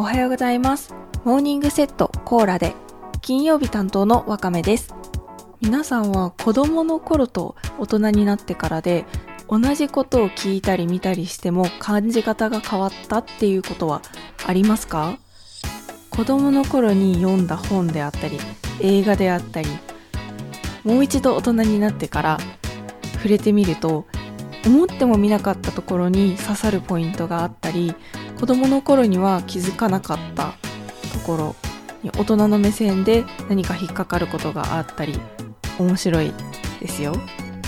はようございます。モーニングセットコーラで金曜日担当のわかめです。皆さんは子供の頃と大人になってからで同じことを聞いたり見たりしても感じ方が変わったっていうことはありますか？子供の頃に読んだ本であったり映画であったり、もう一度大人になってから触れてみると思ってもみなかったところに刺さるポイントがあったり、子供の頃には気づかなかったところに大人の目線で何か引っかかることがあったり面白いですよ。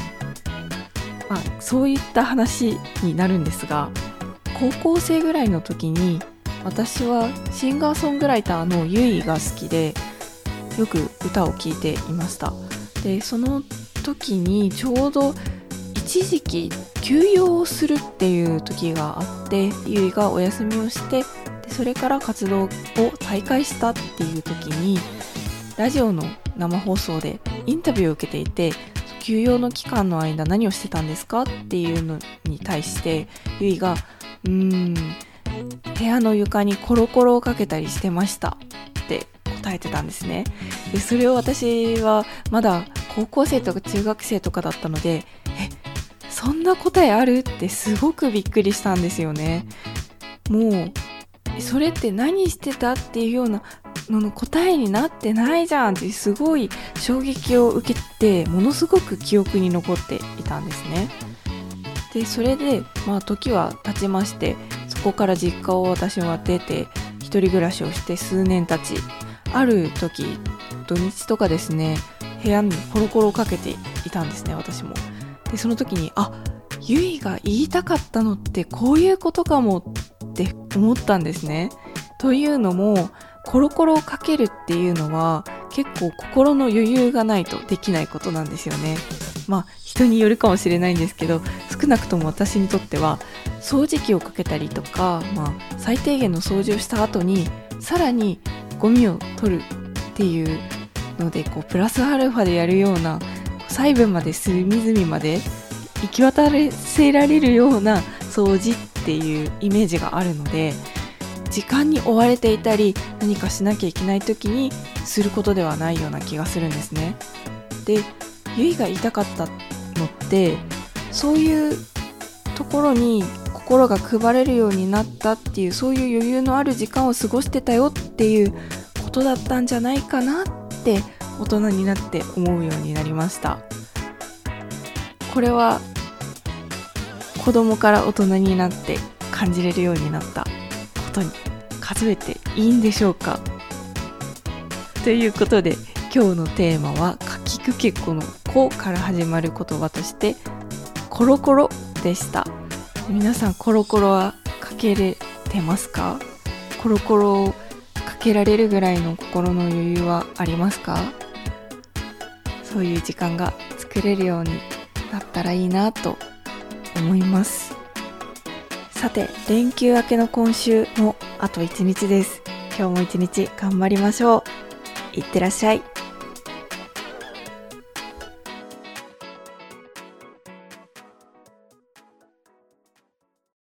そういった話になるんですが、高校生ぐらいの時に私はシンガーソングライターのゆいが好きでよく歌を聴いていました。でその時にちょうど一時期休養をするっていう時があって、ゆいがお休みをしてでそれから活動を再開したっていう時にラジオの生放送でインタビューを受けていて、休養の期間の間何をしてたんですかっていうのに対してゆいが部屋の床にコロコロをかけたりしてましたって答えてたんですね。でそれを私はまだ高校生とか中学生とかだったのでそんな答えあるってすごくびっくりしたんですよね。もうそれって何してたっていうようなのの答えになってないじゃんってすごい衝撃を受けて、ものすごく記憶に残っていたんですね。でそれで時は経ちまして、そこから実家を私は出て一人暮らしをして数年経ち、ある時土日とかですね、部屋にコロコロをかけていたんですね、私も。でその時にゆいが言いたかったのってこういうことかもって思ったんですね。というのもコロコロをかけるっていうのは結構心の余裕がないとできないことなんですよね。人によるかもしれないんですけど、少なくとも私にとっては掃除機をかけたりとか、最低限の掃除をした後にさらにゴミを取るっていうのでプラスアルファでやるような、細部まで隅々まで行き渡らせられるような掃除っていうイメージがあるので、時間に追われていたり何かしなきゃいけない時にすることではないような気がするんですね。でゆいが言いたかったのってそういうところに心が配れるようになったっていう、そういう余裕のある時間を過ごしてたよっていうことだったんじゃないかなって大人になって思うようになりました。これは子供から大人になって感じれるようになったことに数えていいんでしょうか。ということで今日のテーマはかきくけこのこから始まる言葉としてコロコロでした。皆さんコロコロはかけれてますか？コロコロをかけられるぐらいの心の余裕はありますか？そういう時間が作れるようになったらいいなと思います。さて、連休明けの今週もあと1日です。今日も1日頑張りましょう。いってらっしゃい。